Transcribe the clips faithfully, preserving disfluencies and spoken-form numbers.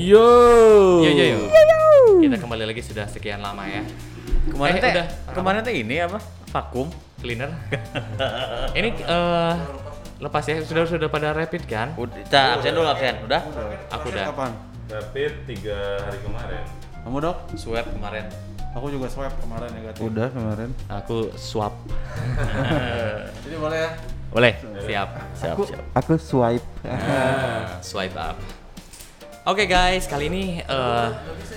Yo. Yo yo yo. Kita kembali lagi sudah sekian lama ya. Kemarin Eh, teh udah. kemarin teh ini apa? Vakum Cleaner. Ini eh lepas ya, sudah sudah pada rapid kan? udah ta, absen dulu absen udah Aku udah. Kapan? Rapid tiga hari kemarin. Kamu dok? Swab kemarin. Aku juga swab kemarin negatif. Udah kemarin. Aku swab. Jadi boleh ya? Boleh. Siap. siap Aku, siap aku swipe. Swipe up. Oke guys, kali ini eh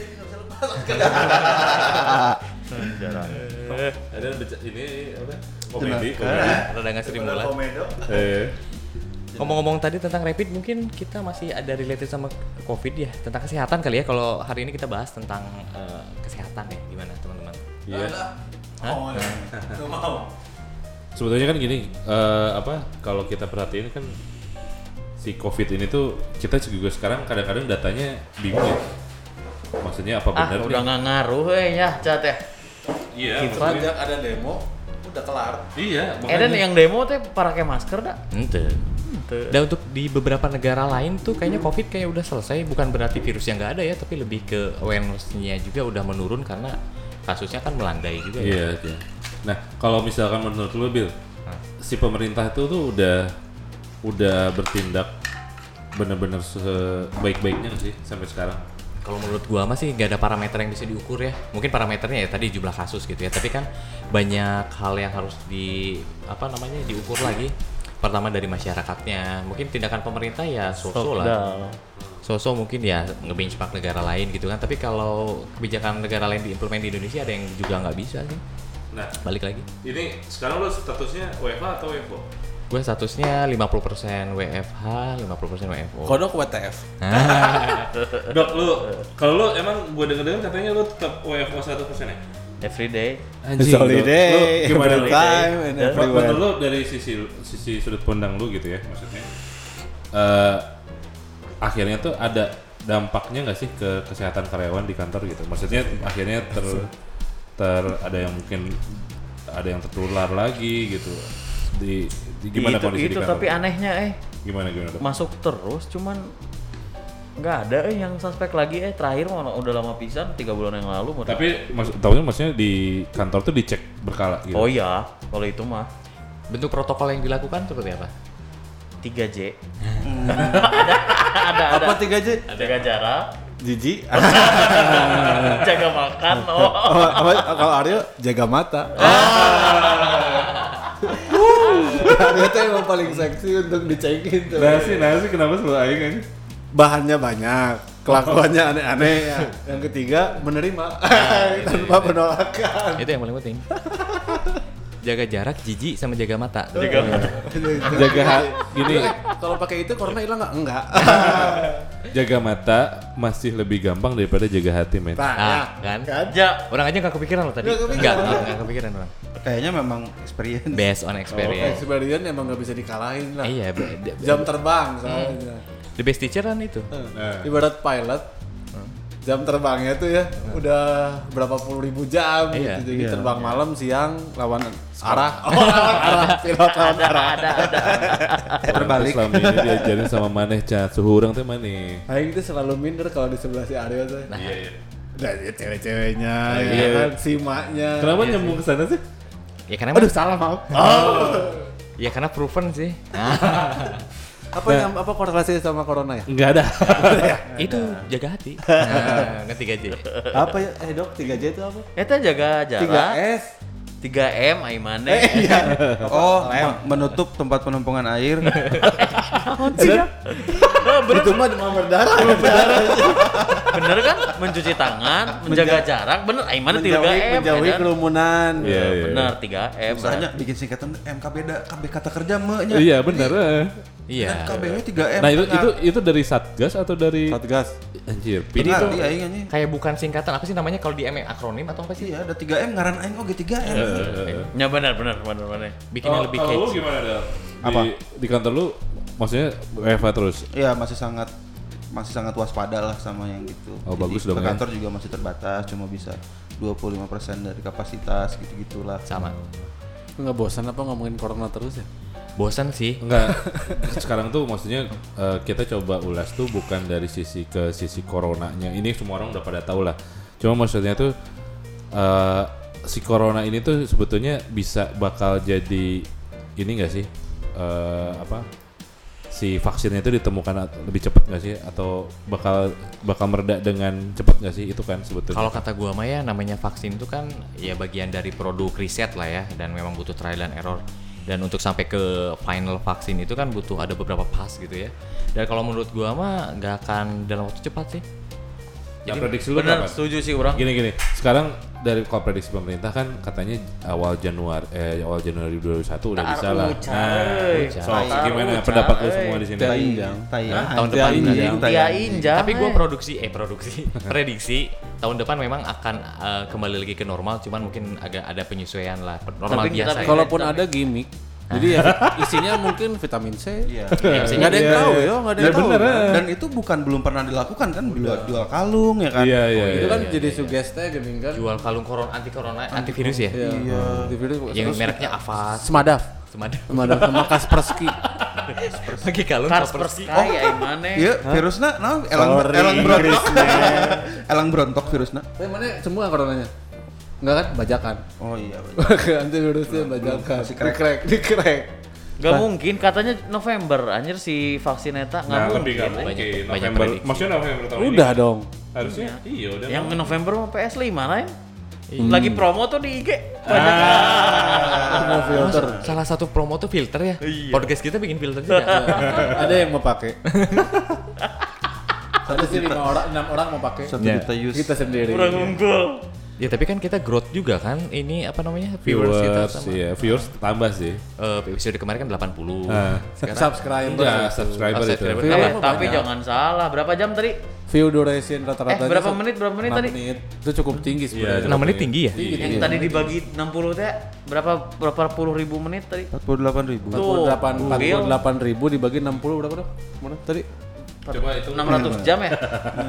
Ada beca- ini apa? Komedi. komedi. rada nggak sering mulai. Eh. Ngomong-ngomong tadi tentang rapid, mungkin kita masih ada related sama COVID ya, tentang kesehatan kali ya. Kalau hari ini kita bahas tentang eh, kesehatan ya, gimana teman-teman? Iya. Oh, nggak mau. Sebetulnya kan gini, eh, apa? Kalau kita perhatiin kan si COVID ini tuh kita juga sekarang kadang-kadang datanya bingung ya. Maksudnya apa ah benar? udah nggak ngaruh eh ya cat ya Iya. Sejak ada demo, udah kelar. Iya. eh dan yang demo teh pakai masker dah Ente. Dan untuk di beberapa negara lain tuh kayaknya COVID kayak udah selesai. Bukan berarti virusnya nggak ada ya, tapi lebih ke awareness-nya juga udah menurun karena kasusnya kan melandai juga ya. Iya, iya. Nah, kalau misalkan menurut lu Bil, si pemerintah itu tuh udah udah bertindak benar-benar sebaik-baiknya nggak sih sampai sekarang? Kalau menurut gua mah sih nggak ada parameter yang bisa diukur ya. Mungkin parameternya ya tadi jumlah kasus gitu ya. Tapi kan banyak hal yang harus di apa namanya diukur lagi. Pertama dari masyarakatnya. Mungkin tindakan pemerintah ya so-so lah. So-so mungkin ya nge-benchmark negara lain gitu kan. Tapi kalau kebijakan negara lain diimplement di Indonesia ada yang juga nggak bisa sih. Nah, Balik lagi. ini sekarang lo statusnya W F H atau W F O? Gue statusnya lima puluh persen W F H, lima puluh persen W F O. Kodok W T F. Dok, lu kalau lu emang gue denger-denger katanya lu tetap W F O seratus persen ya? everyday It's holiday. Lu gimana Every lu? time and Menurut everywhere. lu dari sisi sisi sudut pandang lu gitu ya, maksudnya eh akhirnya tuh ada dampaknya nggak sih ke kesehatan karyawan di kantor gitu? Maksudnya akhirnya ter ter ada yang mungkin ada yang tertular lagi gitu di, di gimana itu, kondisi itu di kantor? tapi anehnya eh Gimana gimana Dok? masuk terus cuman nggak ada eh yang suspek lagi eh terakhir mana udah lama pisan tiga bulan yang lalu. Tapi maksud tahunya maksudnya di kantor tuh dicek berkala gitu. oh iya kalau itu mah Bentuk protokol yang dilakukan seperti apa? tiga J ada ada ada Apa tiga J? jaga jarak Jiji. jaga makan oh Oh, apa, kalau Aryo jaga mata. Dia tuh emang paling seksi untuk dicekin tuh. Nasi nasi kenapa selalu aing aja? Bahannya banyak, kelakuannya aneh-aneh ya. Yang ketiga menerima tanpa penolakan. Itu yang paling penting. Jaga jarak, jijik sama jaga mata. jaga mata Jaga ha- gini, Kalau pakai itu corona hilang nggak? Enggak. jaga mata masih lebih gampang daripada jaga hati, men. Ah, kan? ja Orang aja nggak kepikiran loh tadi. Nggak kepikiran. Enggak, nggak nggak kepikiran orang. Kayaknya memang experience. Based on experience. Experience emang nggak bisa dikalahin lah. Iya, be- de- Jam terbang soalnya. the best teacher kan itu. Nah. Ibarat pilot, jam terbangnya tuh ya udah berapa puluh ribu jam Iya, gitu. Jadi iya. terbang malam, siang, lawan arah. Oh, lawan arah. Pilot lawan arah. ada ada Terbalik. Selama ini diajarin sama maneh cat suhu urang teh maneh. Aing tuh selalu minder kalau di sebelah si Aryo tuh. Nah, Iya, iya. Udah ya cewek-ceweknya, Iya. ya kan, si maknya. Kenapa nyambung ke sana sih? ya karena Aduh, emang- salah maaf. ya karena proven sih. Apa yang apa korelasi sama corona ya? Enggak ada. Itu jaga hati. Nah, ngerti gak Ji? Apa ya? Eh dok, tiga J itu apa? eta jaga tiga jarak S. tiga M ai mane Oh, menutup tempat penampungan air. Itu mah demam berdarah. bener kan mencuci tangan menjaga jarak bener ai mane tiga Menjauhi, M menjauhi ya kan? kerumunan. Iya, iya. bener tiga M Misalnya bikin singkatan M K beda, K B kata kerja me-nya. Iya, benar. eh. Iya. K B-nya tiga M. Nah, itu itu itu dari Satgas atau dari Satgas. anjir, Jadi P D itu Iya, iya ini. kayak bukan singkatan apa sih namanya kalau di M akronim atau apa sih? Iya, ada tiga M ngaran aing oge tiga M. ya bener bener bener bener Bikin yang lebih Kalau lu catchy. gimana, Del? Apa? Di, di kantor lu maksudnya W F H terus? Iya masih sangat masih sangat waspada lah sama yang gitu. Oh, Jadi, bagus dong ke ya. kantor juga masih terbatas, cuma bisa dua puluh lima persen dari kapasitas gitu-gitulah. Sama. Enggak bosan apa ngomongin corona terus ya? Bosan sih. Enggak. Sekarang tuh maksudnya uh, kita coba ulas tuh bukan dari sisi ke sisi coronanya. Ini semua orang udah pada tahu lah. Cuma maksudnya tuh uh, si corona ini tuh sebetulnya bisa bakal jadi ini enggak sih? Uh, apa? Si vaksinnya itu ditemukan lebih cepat nggak sih? Atau bakal bakal mereda dengan cepat nggak sih? Itu kan sebetulnya. Kalau kata gua mah ya namanya vaksin itu kan ya bagian dari produk riset lah ya, dan memang butuh trial and error. Dan untuk sampai ke final vaksin itu kan butuh ada beberapa pas gitu ya. Dan kalau menurut gua mah nggak akan dalam waktu cepat sih. Nah, prediksi lu Bener, apa? setuju sih orang. Gini-gini, sekarang dari kalau prediksi pemerintah kan katanya awal Januari eh awal Januari dua ribu dua puluh satu udah Tar bisa lah. ucap, Nah, euy. so, Tar gimana ucap, pendapat lu euy. semua di sini? Tayang, tayang. Tahun depan berarti. Tiain jam. Tapi gue produksi, eh produksi, prediksi tahun depan memang akan uh, kembali lagi ke normal, cuman mungkin agak ada penyesuaian lah, normal Tapi- biasa. tapi ya. Kalaupun ada gimmick, jadi ya isinya mungkin vitamin C. Iya. Nggak ada yang tahu ya, nggak ada Ya yang tahu. bener, eh. Dan itu bukan belum pernah dilakukan kan, jual, jual kalung ya kan. Iya iya. Itu iya. kan jadi sugesti gini kan. Jual kalung koron anti corona, antivirus ya, Iya. Di video yang mereknya Avast, Semadaf. Semada. Semadaf sama Kaspersky. Pakai kalung Kaspersky Kaspersky. kayak mana? Iya, virusnya nah elang Sorry, elang brontok. Elang brontok virusnya. Tapi mana semua coronanya? Enggak kan? Bajakan. Oh iya. Antivirusnya bajakan. Masih crack. Di-crack, di-crack. Gak mungkin, katanya November anjir si vaksin eta nggak Nah, mungkin. lebih nggak Banyak- mungkin. banyak November, prediksi. maksudnya November tahun ini. Udah dong. Harusnya iya udah. Yang November. November mah P S lima lain. Lagi promo tuh di I G. Banyak. Mau filter. Salah satu promo tuh filter ya. Podcast kita bikin filter juga. Ada yang mau pakai. Ada sih lima orang, enam orang mau pakai. Satu Ya. juta use. Kita sendiri. Kurang unggul. Ya tapi kan kita growth juga kan. Ini apa namanya? Viewers, Viewers, kita sama. iya, viewers tambah sih. Eh, episode kemarin kan delapan puluh. Ah. Sekarang Subscriber. Enggak, subscriber Oh, itu. subscriber. View Eh, apa tapi banyak? jangan salah. Berapa jam tadi? View duration rata-rata. Eh, berapa menit, berapa menit tadi? menit. Itu cukup tinggi sebenarnya. Iya, enam menit tinggi ya? Tinggi, Yang tinggi. tadi dibagi enam puluh teh berapa berapa puluh ribu menit tadi? empat puluh delapan ribu. empat puluh delapan, Tuh, empat puluh Google. delapan ribu dibagi enam puluh berapa dong? Mana tadi? Coba itu enam ratus jam ya?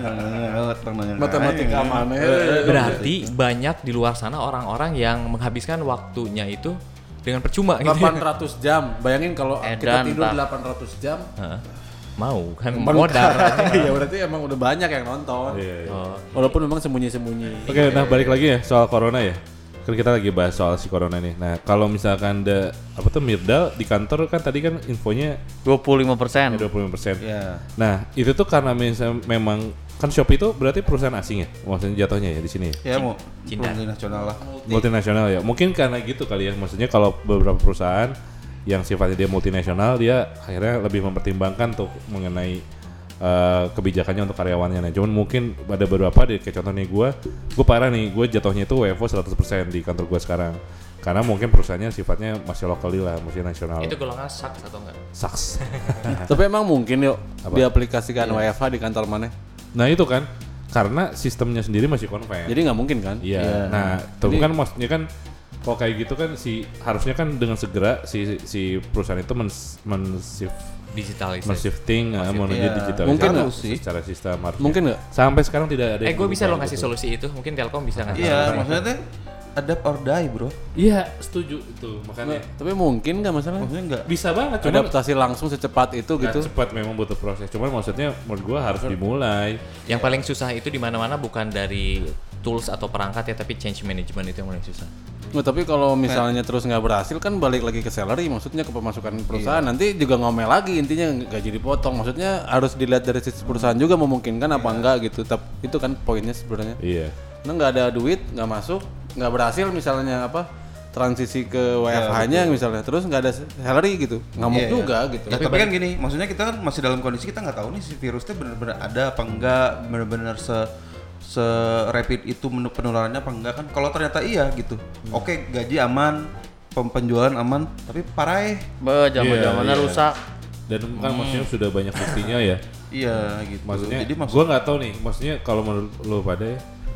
Matematika mana? Berarti banyak di luar sana orang-orang yang menghabiskan waktunya itu dengan percuma gitu. delapan ratus jam. Bayangin kalau kita Edan, tidur Pak. delapan ratus jam. Heeh. Mau kan Modal. modal. Ya berarti emang udah banyak yang nonton. Iya, iya. Oh, Walaupun memang sembunyi-sembunyi. Oke, nah balik lagi ya soal corona ya. Kan kita lagi bahas soal si corona nih. Nah, kalau misalkan ada apa tuh Mirdal di kantor kan tadi kan infonya dua puluh lima persen. dua puluh lima persen. Iya. Nah, itu tuh karena misal memang kan Shopee itu berarti perusahaan asing ya? Maksudnya jatuhnya ya di sini. Ya mau Cina. multinasional lah. Multinasional ya. Mungkin karena gitu kali ya. Maksudnya kalau beberapa perusahaan yang sifatnya dia multinasional dia akhirnya lebih mempertimbangkan tuh mengenai uh, kebijakannya untuk karyawannya. Nah, cuman mungkin ada beberapa di kayak contohnya gue, gue parah nih, gue jatuhnya itu W F O seratus persen di kantor gue sekarang. Karena mungkin perusahaannya sifatnya masih lokal lah, masih nasional. itu golongan saks atau enggak? Saks. Tapi emang mungkin yuk Apa? diaplikasikan W F H di kantor mana? Nah itu kan karena sistemnya sendiri masih konven. Jadi nggak mungkin kan? Iya. Nah, tapi Jadi- kan maksudnya kan kalau kayak gitu kan si harusnya kan dengan segera si si perusahaan itu men men-shift Digitalisasi. men-shifting uh, menuju Iya. digitalisasi Mungkin nggak sih? secara sistem harusnya. Mungkin nggak? Sampai sekarang tidak ada. Eh, yang gue bisa berubah lo ngasih gitu. solusi itu. Mungkin Telkom bisa ngasih. Iya, maksudnya teh adapt or die, Bro. Iya, setuju itu makanya. Tapi mungkin nggak masalah? Maksudnya enggak. Bisa banget cuma Adaptasi langsung secepat itu nggak gitu. cepat memang butuh proses. Cuman maksudnya menurut gua harus dimulai. Yang paling susah itu di mana-mana bukan dari tools atau perangkat ya, tapi change management itu yang paling susah. Nah, tapi kalau misalnya terus nggak berhasil kan balik lagi ke salary, maksudnya ke pemasukan perusahaan. Nanti juga ngomel lagi, intinya gaji dipotong. Maksudnya harus dilihat dari sisi perusahaan juga memungkinkan apa enggak gitu. Tapi itu kan poinnya sebenarnya. Iya. Nah, nggak ada duit, nggak masuk, nggak berhasil misalnya apa transisi ke W F H-nya misalnya, terus nggak ada salary gitu, ngamuk Iya, juga gitu. Ya, tapi kan gini, maksudnya kita kan masih dalam kondisi kita nggak tahu nih si virusnya benar-benar ada apa enggak, benar-benar se se rapid itu menu- penularannya apa enggak kan? Kalau ternyata iya gitu, oke gaji aman, pem- penjualan aman, tapi parah Be, zaman-zamannya Iya, iya. rusak. Dan kan maksudnya sudah banyak buktinya ya. iya gitu. Maksudnya, jadi maksud gue nggak tahu nih. Maksudnya kalau menurut lo pada ya,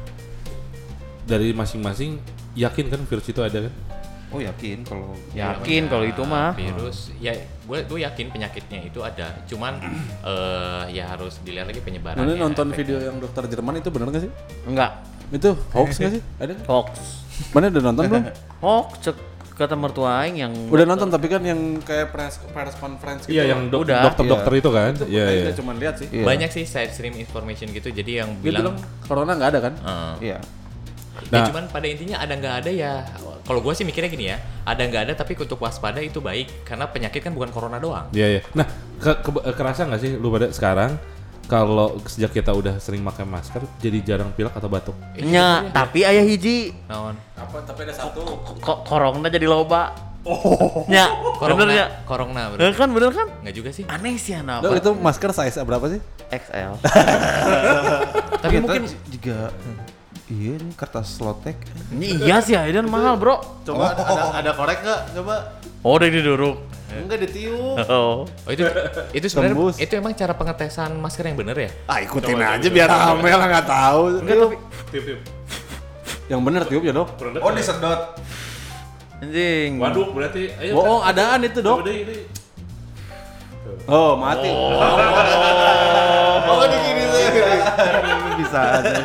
dari masing-masing yakin kan virus itu ada kan? oh yakin kalau Yakin kalau itu mah. Virus, ya gue gue yakin penyakitnya itu ada. Cuman eh, ya harus dilihat lagi penyebarannya. Mana nonton efeknya. video yang dokter Jerman itu bener nggak sih? Enggak. Itu hoax nggak sih? Ada? Hoax. Mana udah nonton belum? Hoax cek kata mertua aing yang Udah nonton tapi kan yang kayak press press conference gitu. Iya yang dok- Udah. dokter-dokter itu kan. Iya iya. Kita cuma lihat sih. Iya. Banyak sih side stream information gitu, jadi yang Dia bilang bilang corona nggak ada kan? eh, Iya. ya Nah. cuman pada intinya ada nggak ada ya, kalau gue sih mikirnya gini ya, ada nggak ada tapi untuk waspada itu baik karena penyakit kan bukan corona doang. Iya iya. Nah, ke, ke- kerasa nggak sih lu pada sekarang kalau sejak kita udah sering pakai masker jadi jarang pilek atau batuk? nya, tapi aya hiji Naon? Apa? Tapi ada satu. kok korongna jadi loba. Oh. Nya, bener ya? Corona, Eh, bener. kan bener kan? Nggak juga sih. Aneh sih anak. Dok, itu masker size berapa sih? X L. Tapi Kita mungkin juga iya ini kertas lotek. Ini iya sih, Aidan mahal, Bro. Coba ada, ada ada korek nggak? Coba. Oh, udah diduruk. Enggak ditiup. Oh. oh itu itu sebenarnya Tembus. itu emang cara pengetesan masker yang bener ya? Ah, ikutin aja biar rame lah nggak tahu. Enggak tapi Tiup-tiup. Yang bener tiup ya, Dok. Oh disedot. anjing. Waduh, berarti ayo. Bohong, adaan itu, Dok. Coba deh, ini. Oh, mati. Oh digini bisa aja.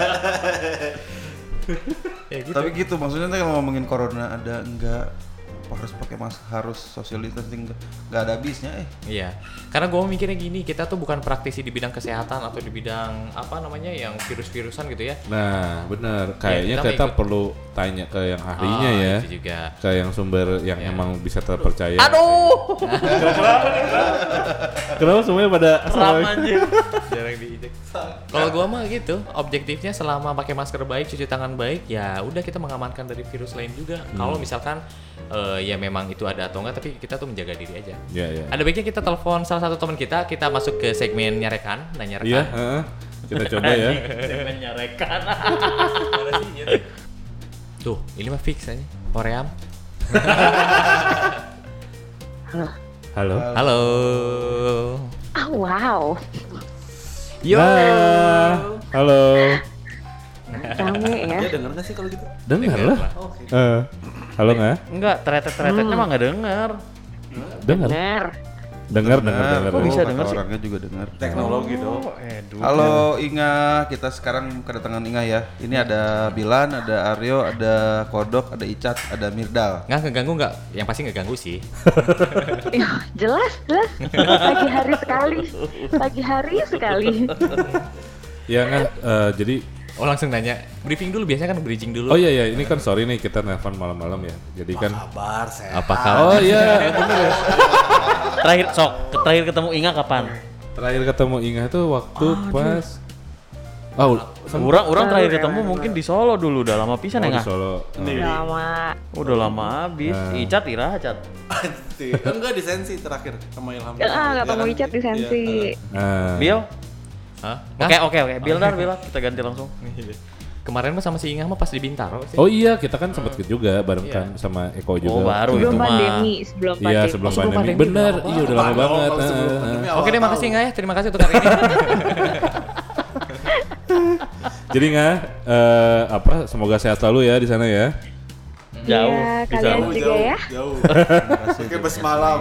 Ya gitu. Tapi gitu maksudnya tuh kalau ngomongin corona ada enggak harus pakai masker, harus social distancing, enggak enggak ada habisnya eh. Iya, karena gue mikirnya gini, kita tuh bukan praktisi di bidang kesehatan atau di bidang apa namanya yang virus-virusan gitu ya. Nah, bener. Kayaknya kita kita, ikut. perlu tanya ke yang ahlinya Ah, ya. itu juga. Ke yang sumber yang Ya. emang bisa terpercaya. Aduh. Kenapa semuanya pada Seram anjing. Jarang diinjek. Kalau gua mah gitu, objektifnya selama pakai masker baik, cuci tangan baik, ya udah kita mengamankan dari virus lain juga. Kalau misalkan eh, ya memang itu ada atau enggak, tapi kita tuh menjaga diri aja. Iya, iya. Ada baiknya kita telepon salah satu teman kita, kita masuk ke segmen nyarekan, nanya rekan. Iya, heeh. Kita coba ya. Menyarekan. Mana sih, gitu? Tuh, ini mah fix aja. Koream. Halo. Halo. Ah, wow. Yo. Nah, halo. Rame ya. Dia denger nggak sih kalau gitu? Dengar lah. Eh, halo nggak? Enggak, teretet-teretetnya mah enggak denger. Dengar. Bener. Dengar, dengar, dengar. kok bisa kata denger sih? orangnya juga dengar. Teknologi, Dok. Edu. Halo Inga, kita sekarang kedatangan Inga ya. Ini ada Bilan, ada Aryo, ada Kodok, ada Icat, ada Mirdal. Nggak ngeganggu nggak? Yang pasti ngeganggu sih. Ya, jelas, jelas. Pagi hari sekali. Pagi hari sekali. Ya nggak. eh, jadi Oh langsung nanya, briefing dulu, biasanya kan bridging dulu. Oh iya iya, ini kan sorry nih kita nelpon malam-malam ya. Jadi kan Kabar saya. Apa kabar? Oh iya, bener ya. Terakhir sok, terakhir ketemu Inga kapan? Terakhir ketemu Inga tuh waktu pas Oh, Orang orang terakhir ketemu mungkin di Solo dulu, udah lama pisan oh, ya di nggak? Solo. Udah lama. Udah lama habis. Nah. Icat ira, Cat. Enggak di sensi terakhir sama Ilham. Ah, ketemu Icat di Sensi. Nah, Bill? Hah? Oke oke oke, Bill dar Bill, kita ganti langsung. Kemarin mah sama si Inga mah pas di Bintaro sih. Oh iya, kita kan sempat juga bareng kan sama Eko juga. Oh, baru Sebelum itu mah. pandemi, sebelum Iya, pandemi. sebelum Oh, sebelum pandemi. pandemi. Bener, iya udah lama banget. Ah, ah. Oke deh, makasih Inga ya. Terima kasih untuk hari ini. Jadi nggak eh, apa? Semoga sehat selalu ya di sana ya. Jauh, Iya, di kalian sana. juga ya. Jauh. Oke, bus malam.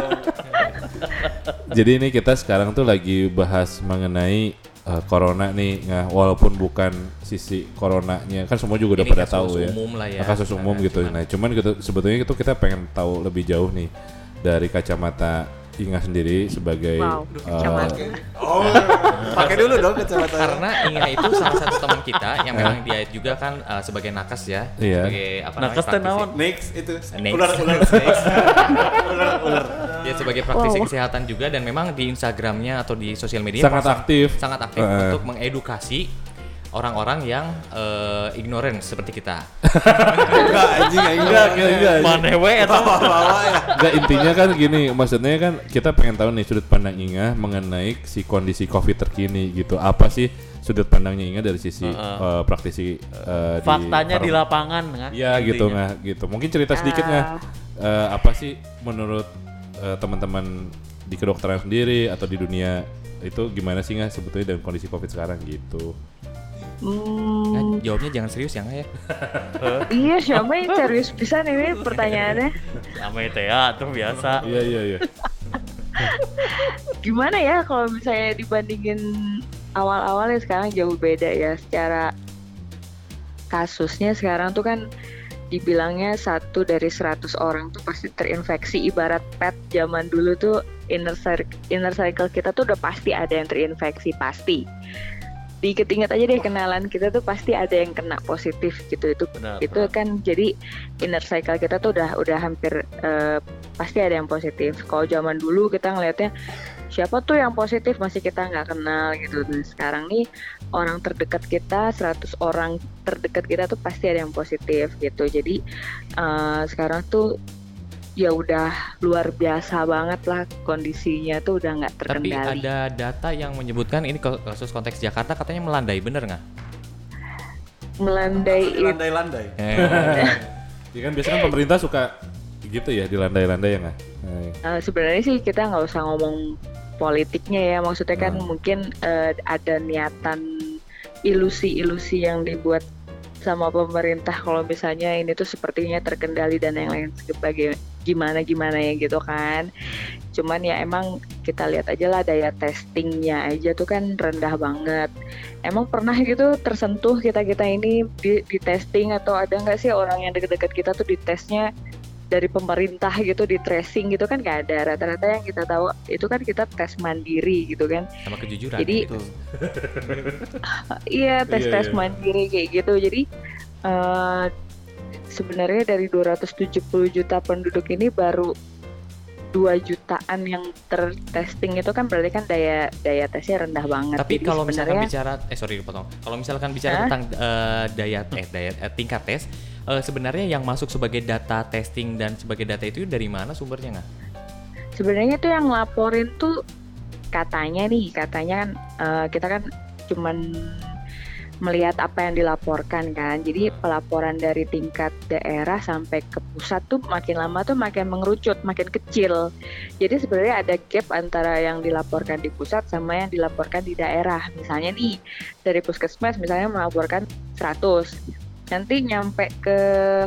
Jadi ini kita sekarang tuh lagi bahas mengenai eh, corona nih, nah, walaupun bukan sisi coronanya, kan semua juga udah Ini pada kasus tahu ya. umum lah ya. Kasus umum Nah, gitu. Nah, cuman gitu sebetulnya itu kita pengen tahu lebih jauh nih dari kacamata Inga sendiri sebagai Wow, eh, kacamata. Oh, pakai dulu dong kacamata. Karena Inga itu salah satu teman kita yang memang dia juga kan uh, sebagai nakes ya. Iya. Sebagai apa Nakes teh praktisi. naon? Next itu. Next. Ular ular. ular ular. Dia sebagai praktisi Wow. kesehatan juga dan memang di Instagramnya atau di sosial media Sangat pasang- aktif. sangat aktif Eh. untuk mengedukasi orang-orang yang uh, ignorant seperti kita. Enggak anjing enggak enggak. Maneh we eta mah. Bawa ya. Enggak, intinya kan gini, maksudnya kan kita pengen tahu nih sudut pandang Inga mengenai si kondisi Covid terkini gitu. Apa sih sudut pandangnya Inga dari sisi eh, praktisi eh, Faktanya di farm- lapangan nggak? Iya gitu nggak gitu. Mungkin cerita sedikit nggak eh, apa sih menurut eh, teman-teman di kedokteran sendiri atau di dunia itu gimana sih nggak sebetulnya dalam kondisi Covid sekarang gitu. Hmm, Nah, jawabnya jangan serius ya nggak ya? iya, siapa yang serius pisan ini pertanyaannya. Sama itu ya, tuh biasa. Iya iya iya. Gimana ya kalau misalnya dibandingin awal-awalnya sekarang jauh beda ya secara kasusnya sekarang tuh kan dibilangnya satu dari seratus orang tuh pasti terinfeksi. Ibarat pet zaman dulu tuh inner circle, inner circle kita tuh udah pasti ada yang terinfeksi, pasti. Diinget-inget aja deh kenalan kita tuh pasti ada yang kena positif gitu. Itu Benar, itu benar. kan jadi inner cycle kita tuh udah udah hampir eh, pasti ada yang positif. Kalau zaman dulu kita ngelihatnya siapa tuh yang positif masih kita nggak kenal gitu. Nah, sekarang nih orang terdekat kita, seratus orang terdekat kita tuh pasti ada yang positif gitu. Jadi eh, sekarang tuh ya udah luar biasa banget lah, kondisinya tuh udah nggak Tapi terkendali. ada data yang menyebutkan ini ko- kasus konteks Jakarta katanya melandai, bener nggak? Melandai itu Landai-landai. Eh, Ya kan biasanya kan pemerintah suka gitu ya, dilandai-landai ya nggak? Nah, Eh, sebenarnya sih kita nggak usah ngomong politiknya ya, maksudnya kan Hmm. mungkin eh, ada niatan ilusi-ilusi yang dibuat sama pemerintah kalau misalnya ini tuh sepertinya terkendali dan yang lain sebagai gimana gimana ya gitu kan. Cuman ya emang kita lihat aja lah daya testingnya aja tuh kan rendah banget. Emang pernah gitu tersentuh kita kita ini di, di testing atau ada nggak sih orang yang deket-deket kita tuh ditesnya dari pemerintah gitu, di tracing gitu kan nggak ada. Rata-rata yang kita tahu itu kan kita tes mandiri gitu kan. sama kejujuran. Jadi- gitu. Iya, tes-tes Iya, iya. mandiri kayak gitu. Jadi eh, sebenarnya dari dua ratus tujuh puluh juta penduduk ini baru dua jutaan yang tertesting itu kan berarti kan daya daya tesnya rendah banget. Tapi Jadi kalau misalkan sebenarnya- bicara, eh sorry dipotong. Kalau misalkan bicara Hah? tentang eh, daya, eh, daya eh, tingkat tes, eh, sebenarnya yang masuk sebagai data testing dan sebagai data itu dari mana sumbernya nggak? sebenarnya tuh yang ngelaporin tuh katanya nih, katanya kan eh, kita kan cuman melihat apa yang dilaporkan kan. Jadi pelaporan dari tingkat daerah sampai ke pusat tuh makin lama tuh makin mengerucut, makin kecil. Jadi sebenarnya ada gap antara yang dilaporkan di pusat sama yang dilaporkan di daerah. Misalnya nih dari puskesmas misalnya melaporkan seratus. Nanti nyampe ke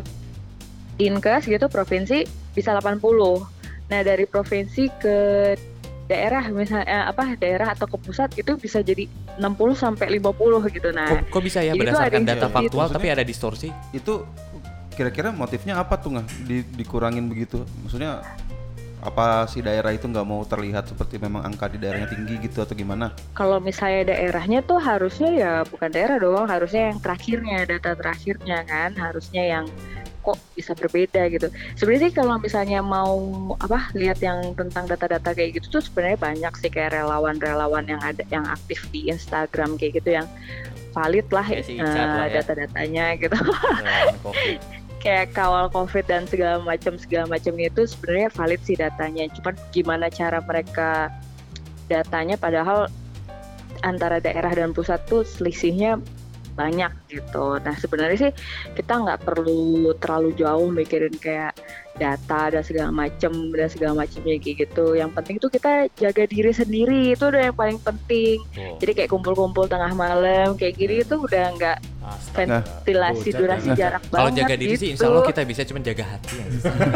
Dinkes gitu provinsi bisa delapan puluh. Nah, dari provinsi ke daerah misalnya apa daerah atau ke pusat itu bisa jadi enam puluh sampai lima puluh gitu. Nah, Kok, kok bisa ya jadi itu berdasarkan ada data yang faktual gitu. tapi ada distorsi? Itu kira-kira motifnya apa tuh nggak di, dikurangin begitu? Maksudnya apa si daerah itu nggak mau terlihat seperti memang angka di daerahnya tinggi gitu atau gimana? kalau misalnya daerahnya tuh harusnya ya bukan daerah doang, harusnya yang terakhirnya, data terakhirnya kan, harusnya yang kok bisa berbeda gitu. Sebenarnya sih kalau misalnya mau apa lihat yang tentang data-data kayak gitu tuh sebenarnya banyak sih kayak relawan-relawan yang ada yang aktif di Instagram kayak gitu yang valid lah Kayak si eh, Icat lah ya. data-datanya gitu. Relawan COVID. Kayak kawal COVID dan segala macam segala macamnya itu sebenarnya valid sih datanya. Cuman gimana cara mereka datanya padahal antara daerah dan pusat tuh selisihnya banyak gitu. Nah sebenarnya sih kita nggak perlu terlalu jauh mikirin kayak data dan segala macem dan segala macamnya kayak gitu. Yang penting tuh kita jaga diri sendiri, itu udah yang paling penting. Tuh. Jadi kayak kumpul-kumpul tengah malam kayak gini itu udah nggak Astaga. ventilasi Tuh, durasi jaga. jarak Kalau banget jaga diri gitu. sih insya Allah kita bisa cuma jaga hati ya.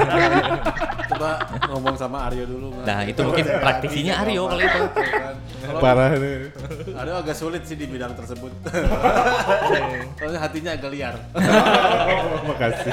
Coba ngomong sama Aryo dulu. Mas. Nah itu mungkin praktisinya Aryo kali itu. Kalau Parah nih. Aryo agak sulit sih di bidang tersebut. Soalnya hatinya agak liar. Makasih.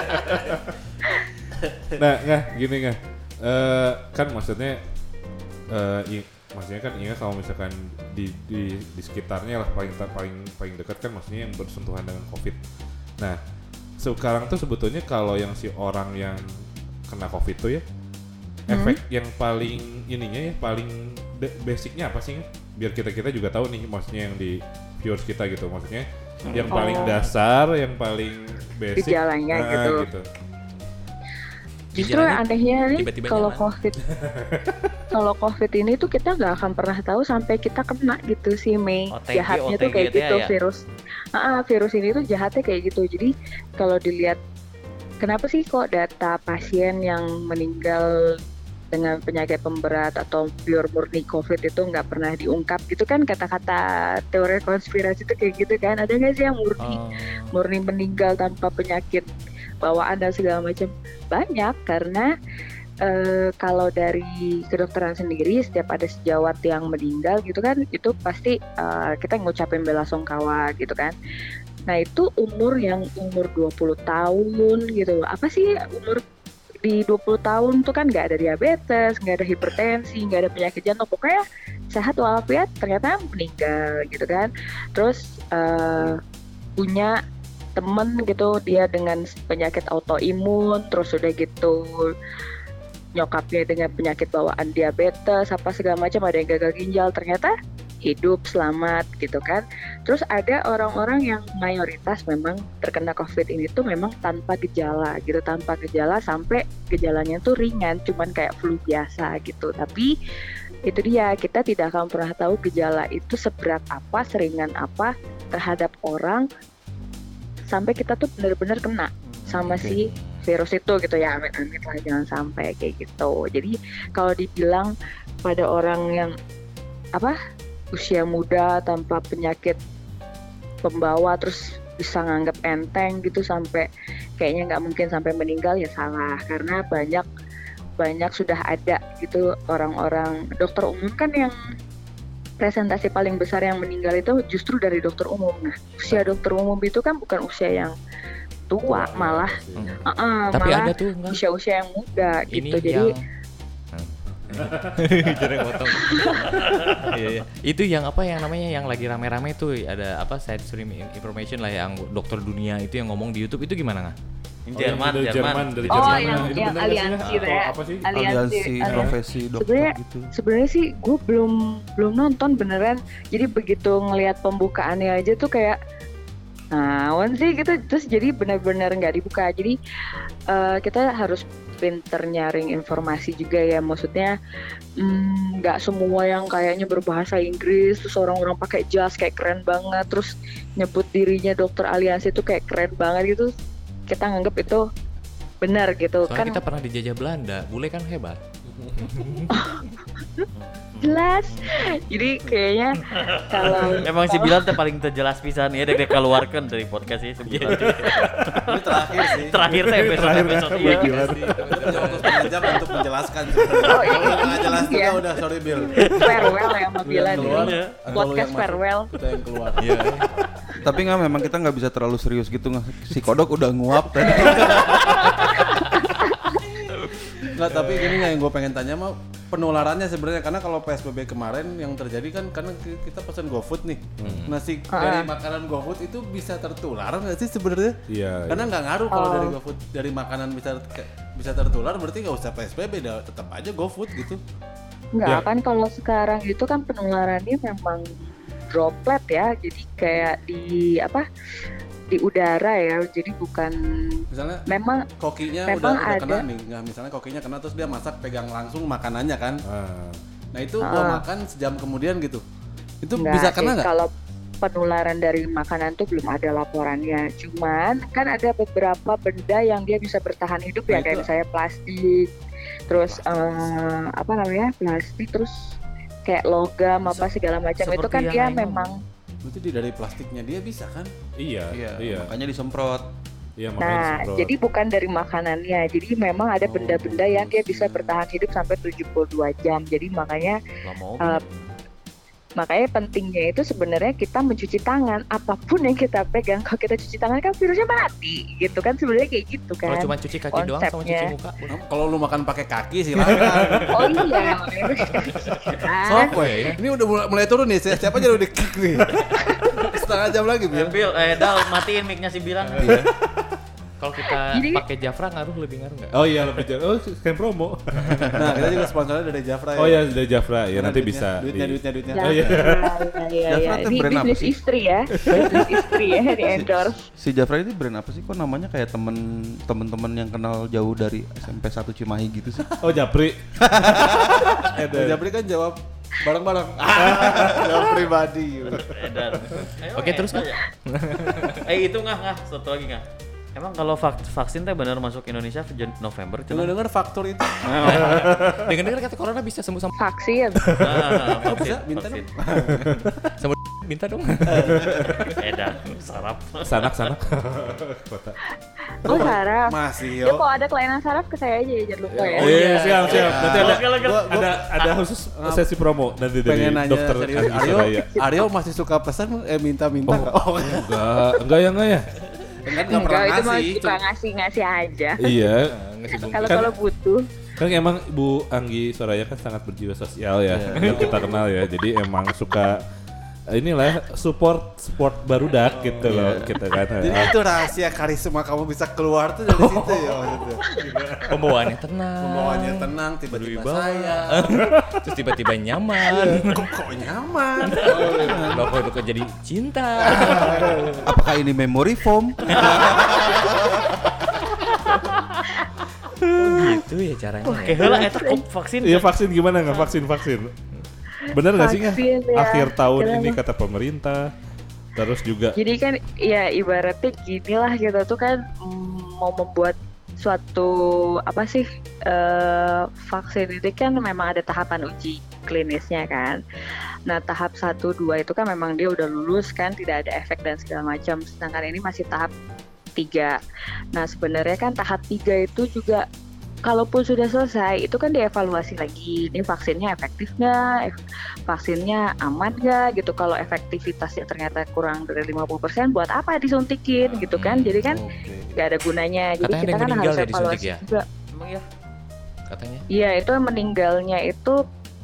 Nah, nggak gini nggak. Eh, kan maksudnya, eh, i- maksudnya kan ingat kalau misalkan di, di di sekitarnya lah paling ter- paling paling dekat kan maksudnya yang bersentuhan dengan COVID. Nah, sekarang tuh sebetulnya kalau yang si orang yang kena COVID tuh ya, efek yang paling ininya ya paling de- basicnya apa sih? Nggak? Biar kita kita juga tahu nih maksudnya yang di viewers kita gitu maksudnya yang paling Oh. dasar, yang paling basic, Gejalanya nah, gitu. Justru Gejalanya yang anehnya nih tiba-tiba kalau nyaman. COVID, kalau COVID ini tuh kita nggak akan pernah tahu sampai kita kena gitu sih Mei. O T G, Jahatnya O T tuh G kayak itu ya, gitu ya? virus. Ah, virus ini tuh jahatnya kayak gitu. Jadi kalau dilihat, kenapa sih kok data pasien yang meninggal dengan penyakit pemberat atau pure murni COVID itu nggak pernah diungkap gitu kan, kata-kata teori konspirasi itu kayak gitu kan, ada nggak sih yang murni Oh. murni meninggal tanpa penyakit bawaan dan segala macam? Banyak, karena eh, kalau dari kedokteran sendiri setiap ada sejawat yang meninggal gitu kan, itu pasti eh, kita ngucapin bela sungkawa gitu kan. Nah itu umur yang umur dua puluh tahun gitu. Apa sih umur di dua puluh tahun tuh kan nggak ada diabetes, nggak ada hipertensi, nggak ada penyakit jantung, pokoknya sehat walafiat, ternyata meninggal gitu kan. Terus uh, punya temen gitu dia dengan penyakit autoimun, terus udah gitu nyokapnya dengan penyakit bawaan diabetes apa segala macam, ada yang gagal ginjal, ternyata hidup selamat gitu kan. Terus ada orang-orang yang mayoritas memang terkena COVID ini tuh memang tanpa gejala gitu, tanpa gejala sampai gejalanya tuh ringan, cuman kayak flu biasa gitu. Tapi itu dia, kita tidak akan pernah tahu gejala itu seberat apa, seringan apa terhadap orang sampai kita tuh benar-benar kena sama okay. si virus itu gitu ya, amit-amit lah jangan sampai kayak gitu. Jadi kalau dibilang pada orang yang apa usia muda tanpa penyakit pembawa terus bisa nganggap enteng gitu sampai kayaknya nggak mungkin sampai meninggal, ya salah, karena banyak banyak sudah ada gitu orang-orang dokter umum kan yang presentasi paling besar yang meninggal itu justru dari dokter umum. Nah usia dokter umum itu kan bukan usia yang tua, malah Hmm. uh, uh, Tapi malah ada tuh enggak? usia-usia yang muda Ini gitu. Jadi yang jadi potong. Iya, iya. Itu yang apa yang namanya yang lagi rame-rame tuh ada apa side stream information lah yang dokter dunia itu yang ngomong di YouTube itu gimana nggak? Ini Jerman, dari Jerman. dari Oh, Jerman. yang- Itu yang bener nggak sih? aliansi Atau ya. apa sih? Aliansi, aliansi aliansi. profesi dokter Sebenarnya- gitu. sebenarnya sih gue belum belum nonton beneran. Jadi begitu ngelihat pembukaannya aja tuh kayak naon sih gitu, terus jadi benar-benar nggak dibuka. Jadi uh, kita harus pinter nyaring informasi juga ya, maksudnya nggak mm, semua yang kayaknya berbahasa Inggris terus orang-orang pakai jas kayak keren banget terus nyebut dirinya dokter aliansi itu kayak keren banget gitu, kita nganggep itu benar gitu. Soalnya Kan kita pernah dijajah Belanda, bule kan hebat. jelas. Jadi kayaknya kalau Emang si Bilan teh paling terjelas pisan ya dek keluarkan dari podcast ini sebulan. Ini terakhir sih. Terakhir teh episode episode iya. Kita waktu setengah jam untuk menjelaskan. Oh, iya. nggak jelas juga Iya. udah, sorry Bill. farewell ya sama Bilan Keluar, ini. atau lu Podcast yang masuk? farewell. Kita yang keluar. Iya. Tapi nggak, memang kita nggak bisa terlalu serius gitu nggak. Si Kodok udah nguap tadi. Nggak, tapi gini nggak yang gue pengen tanya mah penularannya sebenarnya, karena kalau P S B B kemarin yang terjadi kan karena ki- kita pesan GoFood nih, Hmm. nasi Ah. dari makanan GoFood itu bisa tertular nggak sih sebenarnya? Iya. Karena nggak ngaruh kalau Oh. dari GoFood dari makanan bisa bisa tertular, berarti nggak usah P S B B, dah tetap aja GoFood gitu. Enggak Ya. kan, kalau sekarang itu kan penularannya memang droplet ya, jadi kayak di apa di udara ya, jadi bukan Misalnya memang kokinya Memang udah, udah kena ada. nih, nggak, misalnya kokinya kena terus dia masak pegang langsung makanannya kan, Ah. nah itu gua Ah. makan sejam kemudian gitu, itu enggak bisa sih, kena nggak? kalau penularan dari makanan tuh belum ada laporannya. Cuman kan ada beberapa benda yang dia bisa bertahan hidup Nah, ya, kayak itu- misalnya plastik, terus eh, apa namanya plastik, terus kayak logam apa segala macam itu seperti kan yang dia Aing memang. Berarti di dari plastiknya dia bisa kan? Iya, Iya, iya. makanya disemprot. Iya, makanya Nah, disemprot. jadi bukan dari makanannya. Jadi memang ada Oh, benda-benda yang dia bisa bertahan hidup sampai tujuh puluh dua jam. Jadi makanya Lama eh, makanya pentingnya itu sebenarnya kita mencuci tangan, apapun yang kita pegang. Kalau kita cuci tangan kan virusnya mati gitu kan, sebenarnya kayak gitu Kalau kan. cuma cuci kaki doang sama cuci konsepnya. muka. Nah, kalau lu makan pakai kaki silakan. Oh iya. Kan? Sok we. Ini udah mulai, mulai turun nih, si- siapa aja udah kick nih. Setengah jam lagi, Bil. Bil, eh Dal, matiin mic-nya si Bilan. Kalau kita Jadi- pakai Jafra ngaruh lebih ngaruh nggak? Oh iya, lebih jauh. Oh, kayak promo. Nah, kita juga sponsornya dari Jafra ya. Oh iya, dari Jafra. Ya Karena nanti duitnya- bisa duitnya di- duitnya duitnya. Ya, Oh, iya. iya, iya, Jafra iya. tuh Ini brand apa bisnis sih? istri ya, bisnis istri ya di endorse. Si Jafra ini brand apa sih? Kok namanya kayak temen temen-temen yang kenal jauh dari S M P satu Cimahi gitu sih? Oh, Japri. Nah, Jafri kan jawab bareng-bareng. Jawab pribadi. Edan. Oke, terus kan? Eh itu nggak nggak satu lagi nggak. Emang kalau vak- vaksin teh benar masuk Indonesia Jan- November cina? Dengar-dengar faktor itu. Dengar-dengar kata corona bisa sembuh sama Vaksin. Ah, Bisa, vaksin, minta vaksin. sama minta dong. Edan, sarap. Sanak-sanak. Kota. Oh saraf. Masih Ya yo. kalau ada kelainan saraf ke saya aja ya, jangan lupa ya. Oh iya, siap, siap. Nanti ada Oke, oke. ada ada khusus sesi promo nanti dari Pengen nanya dokter serius, Andi Aryo, Soraya. Aryo masih suka pesan eh minta-minta nggak? Oh, Enggak, enggak ya enggak ya. kan nggak Enggak, pernah itu mah ngasih. suka ngasih-ngasih aja. Iya. Ngasih bungkus. Kalau Kan- kalau butuh. Kan emang Ibu Anggi Soraya kan sangat berjiwa sosial ya, yang kita kenal ya. Jadi emang suka inilah support support barudak gitu loh kita kan. Jadi itu rahasia karisma kamu bisa keluar tuh dari situ ya maksudnya. Pembawaannya tenang. Pembawaannya tenang, tiba-tiba Berwibawa. sayang. Terus tiba-tiba nyaman. Kok kok nyaman? Bapak jadi cinta. Apakah ini memory foam? Oh gitu ya caranya. ya. Kayak heula eta kok vaksin. Iya vaksin gimana nggak vaksin vaksin? Bener nggak sih nggak? Vaksin, ya. Akhir tahun Kenapa? ini kata pemerintah, terus juga Jadi kan ya ibaratnya gini lah kita tuh kan mm, mau membuat suatu apa sih eh, vaksin ini kan memang ada tahapan uji klinisnya kan. Nah tahap satu dua itu kan memang dia udah lulus kan, tidak ada efek dan segala macam. Sedangkan ini masih tahap tiga. Nah sebenarnya kan tahap tiga itu juga kalaupun sudah selesai itu kan dievaluasi lagi, ini vaksinnya efektif nggak, ef- vaksinnya aman nggak gitu. Kalau efektivitasnya ternyata kurang dari lima puluh persen, buat apa disuntikin gitu kan? Jadi kan nggak ada gunanya. Jadi Katanya ada kita yang kan meninggal harus ya disuntik evaluasi ya? juga. Emang ya. Katanya. Iya itu meninggalnya itu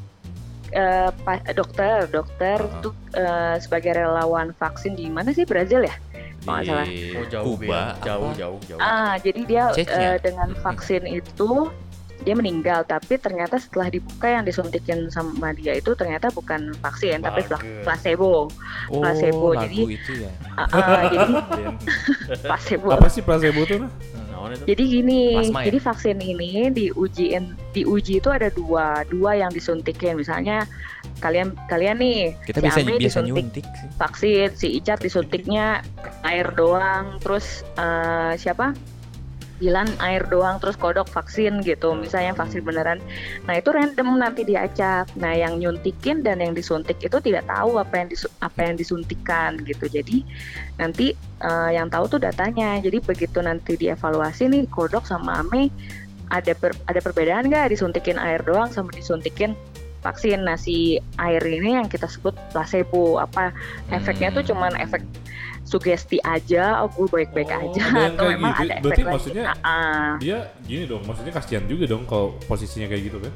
eh, pa- dokter, dokter Uh-huh. tuh eh, sebagai relawan vaksin di mana sih, Brazil ya? Kalau nggak salah. Di Oh jauh Kuba, ya. apa? Jauh jauh jauh. Ah, jadi dia Chechnya. eh, dengan vaksin itu dia meninggal, tapi ternyata setelah dibuka yang disuntikin sama dia itu ternyata bukan vaksin, tapi pla- Bagus. placebo. Oh, Placebo, lagu jadi- itu ya. Ah, ah, jadi placebo. apa sih placebo tuh? Nah? Naon itu? Jadi gini, Plasma ya? jadi vaksin ini diujiin, diuji itu ada dua, dua yang disuntikin. Misalnya kalian kalian nih, Kita si bisa Ame biasa disuntik nyuntik sih. vaksin, si Icat disuntiknya air doang, terus eh, siapa? Dilan air doang, terus Kodok vaksin gitu, misalnya vaksin beneran. Nah itu random nanti diacak. Nah yang nyuntikin dan yang disuntik itu tidak tahu apa yang disu- apa yang disuntikan gitu. Jadi nanti eh, yang tahu tuh datanya. Jadi begitu nanti dievaluasi nih Kodok sama Ame ada per- ada perbedaan nggak disuntikin air doang sama disuntikin vaksin. Nah si air ini yang kita sebut placebo, apa efeknya tuh cuman efek sugesti aja, oh gue baik-baik Oh, aja, ada yang atau kayak memang gitu. ada efek Berarti lain. maksudnya Ah, ah. Dia gini dong, maksudnya kasihan juga dong kalau posisinya kayak gitu kan?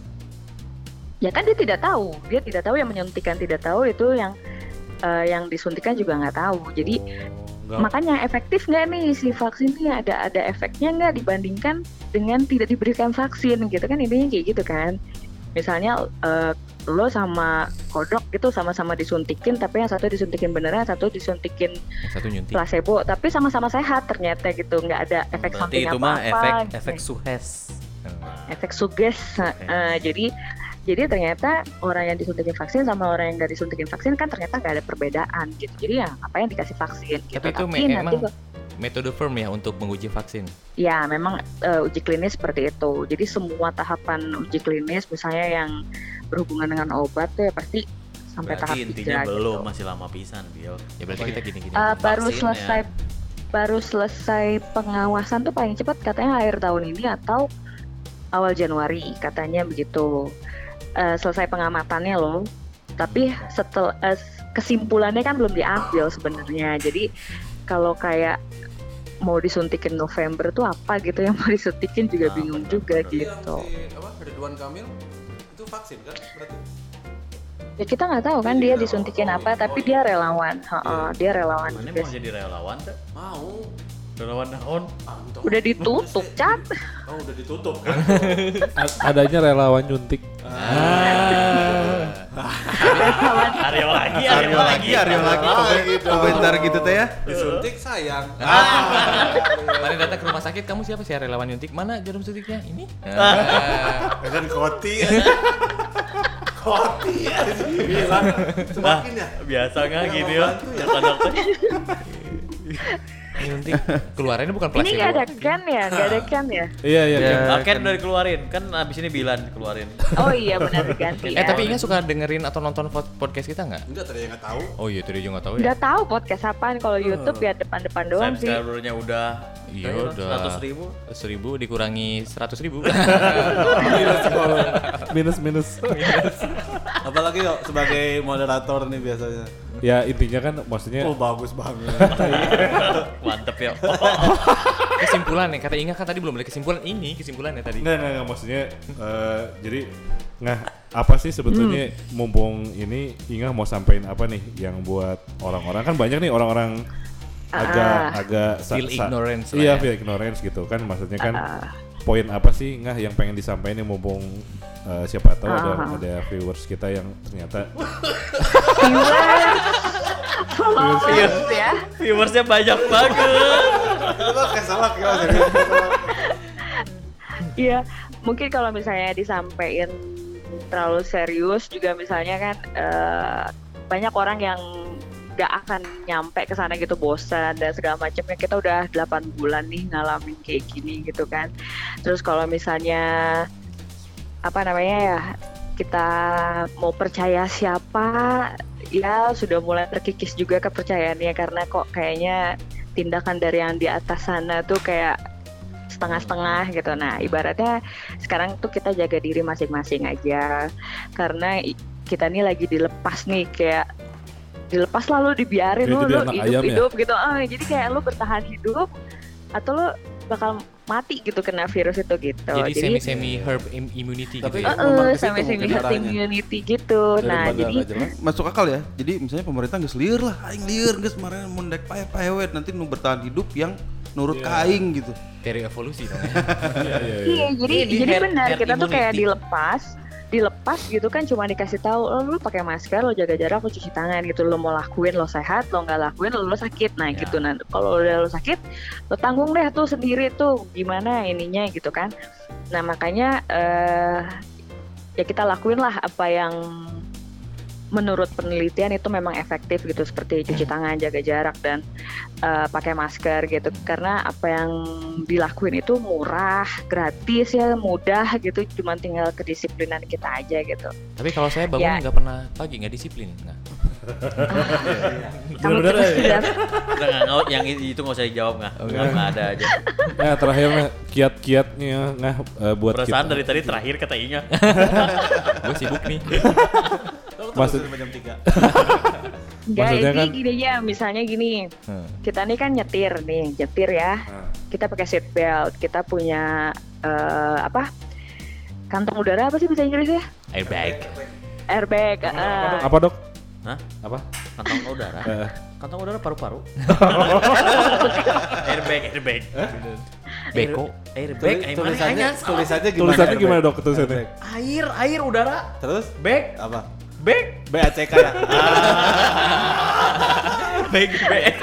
Ya kan dia tidak tahu, dia tidak tahu, yang menyuntikkan tidak tahu, itu yang eh, yang disuntikan juga nggak tahu. Jadi Oh, nggak- makanya efektif nggak nih si vaksin ini, ada ada efeknya nggak dibandingkan dengan tidak diberikan vaksin gitu kan, intinya kayak gitu kan. Misalnya eh, lo sama Kodok gitu sama-sama disuntikin, tapi yang satu disuntikin beneran, yang satu disuntikin Yang satu nyuntik. placebo, tapi sama-sama sehat ternyata gitu, nggak ada efek Berarti samping itu mah apa-apa. efek gitu. efek suhes. efek suges. Nah, jadi jadi ternyata orang yang disuntikin vaksin sama orang yang nggak disuntikin vaksin kan ternyata nggak ada perbedaan gitu. Jadi ya apa yang dikasih vaksin gitu. Tapi itu me- nanti emang metode firm ya untuk menguji vaksin. ya memang eh, uji klinis seperti itu. Jadi semua tahapan uji klinis misalnya yang berhubungan dengan obat tuh ya pasti sampai tahap Berarti intinya tiga belum, gitu. masih lama pisan, Bill. Ya berarti kita gini-gini. Eh, aja. baru vaksinnya. selesai baru selesai pengawasan tuh paling cepat katanya akhir tahun ini atau awal Januari katanya begitu. Eh, selesai pengamatannya loh. Tapi setelah eh, kesimpulannya kan belum diambil sebenarnya. Jadi kalau kayak mau disuntikin November tuh apa gitu yang mau disuntikin juga Nah, bingung benar, juga benar. gitu. apa Ridwan Kamil itu vaksin kan berarti? Ya kita nggak tahu kan dia disuntikin apa, tapi dia relawan. Heeh, dia relawan Mana juga mau sih. jadi relawan teh? Mau. Relawan naon? Udah ditutup, Cat. Oh udah ditutup kan? A- adanya relawan nyuntik. Aryo lagi, Aryo lagi, Aryo lagi. Komen- Komentar gitu teh ya. Disuntik sayang. Kemarin datang ke rumah sakit, kamu siapa sih relawan nyuntik? Mana jarum suntiknya? Ini. Ah. Kan koti. Koti ya. Semakin ya. Biasa nggak Nggak gini mau ya? bantu ya? Kata dokter. Yang penting keluarannya bukan Ini placebo. nggak ada can ya, nggak ada can ya. Iya iya. Ya, kan. Ken udah dikeluarin, kan abis ini Bilan dikeluarin. Oh iya benar diganti Eh ya. tapi Inga suka dengerin atau nonton pod- podcast kita nggak? Enggak, tadi nggak tahu. Oh iya tadi juga nggak tahu ya. Nggak tahu podcast apaan, kalau YouTube ya depan-depan doang sih. Subscribernya udah Iya udah. seratus ribu. Seribu dikurangi seratus ribu. Minus minus. Apalagi yuk sebagai moderator nih biasanya. Ya intinya kan maksudnya Oh bagus banget. Mantep ya. Kesimpulan nih kata Inga kan tadi belum ada kesimpulan ini kesimpulannya tadi. Nggak, nggak, nggak, maksudnya eh, jadi nggak apa sih sebetulnya mumpung ini Inga mau sampein apa nih yang buat orang-orang kan banyak nih orang-orang agak Ah. agak sa- Feel sa- ignorance lah iya ya. feel ignorance gitu kan maksudnya kan Ah. poin apa sih Inga yang pengen disampaikan nih mumpung eh, siapa tahu ada Ah. ada viewers kita yang ternyata Viewers, followers ya. Viewersnya banyak banget. Iya, mungkin kalau misalnya disampaikan terlalu serius juga misalnya kan eh, banyak orang yang gak akan nyampe ke sana gitu, bosan dan segala macamnya. Kita udah delapan bulan nih ngalamin kayak gini gitu kan. Terus kalau misalnya apa namanya ya, kita mau percaya siapa, ya sudah mulai terkikis juga kepercayaannya karena kok kayaknya tindakan dari yang di atas sana tuh kayak setengah-setengah gitu. Nah ibaratnya sekarang tuh kita jaga diri masing-masing aja karena i- kita nih lagi dilepas nih, kayak dilepas lalu dibiarin Kayak lu jadi lu anak ayam ya? hidup-hidup gitu. Ah, jadi kayak lu bertahan hidup atau lu bakal mati gitu kena virus itu gitu. Jadi semi-semi herd im- immunity gitu Tapi- ya. Uh, Memang uh, ke situ sampai semi mungkin herd arahnya. immunity gitu. Nah, Daripada jadi nggak jelas. Masuk akal ya. Jadi misalnya pemerintah geus lieur lah, aing lieur geus kemarin mun dek pae-paewet nanti nu bertahan hidup yang nurut Iya. ka aing gitu. Teori evolusi dong ya. iya iya iya. iya, jadi Ini jadi herd- benar herd kita tuh kayak immunity. dilepas, dilepas gitu kan, cuma dikasih tahu lo lu pakai masker, lo jaga jarak, lo cuci tangan gitu. Lo mau lakuin lo sehat, lo nggak lakuin lo, lo sakit. Nah, Ya. gitu. Nah, kalau udah lo sakit, lo tanggung deh tuh sendiri tuh gimana ininya gitu kan. Nah, makanya eh ya kita lakuin lah apa yang menurut penelitian itu memang efektif gitu, seperti cuci tangan, jaga jarak, dan eh, pakai masker gitu. Karena apa yang dilakuin itu murah, gratis ya, mudah gitu, cuma tinggal kedisiplinan kita aja gitu. Tapi kalau saya bangun Ya. nggak pernah pagi, nggak disiplin, nggak. Kamu Bener-bener terus ya? sudah Udah nggak nggak- yang i- itu nggak usah dijawab nggak? Nggak ada aja. Nah terakhir nah, kiat-kiatnya nah eh, buat Perasaan kita. dari tadi terakhir kata Inga. Gue sibuk nih. Maksud- jam tiga. enggak, Maksudnya ini kan- gini ya, misalnya gini, Hmm. kita nih kan nyetir nih, nyetir ya, Nah, kita pakai seat belt, kita punya eh, apa, kantong udara apa sih bahasa Inggrisnya? Airbag. Airbag. eh. apa dok? Hah? Apa? Kantong udara. Eh, Kantong udara paru-paru. airbag, airbag. Beko. Airbag, Tulis- ayo mana tulisannya aja? tulisannya gimana? tulisannya airbag? gimana dok tulisannya? Air, air udara. Terus Bag, apa? bag, B A C K ya. bag, bag.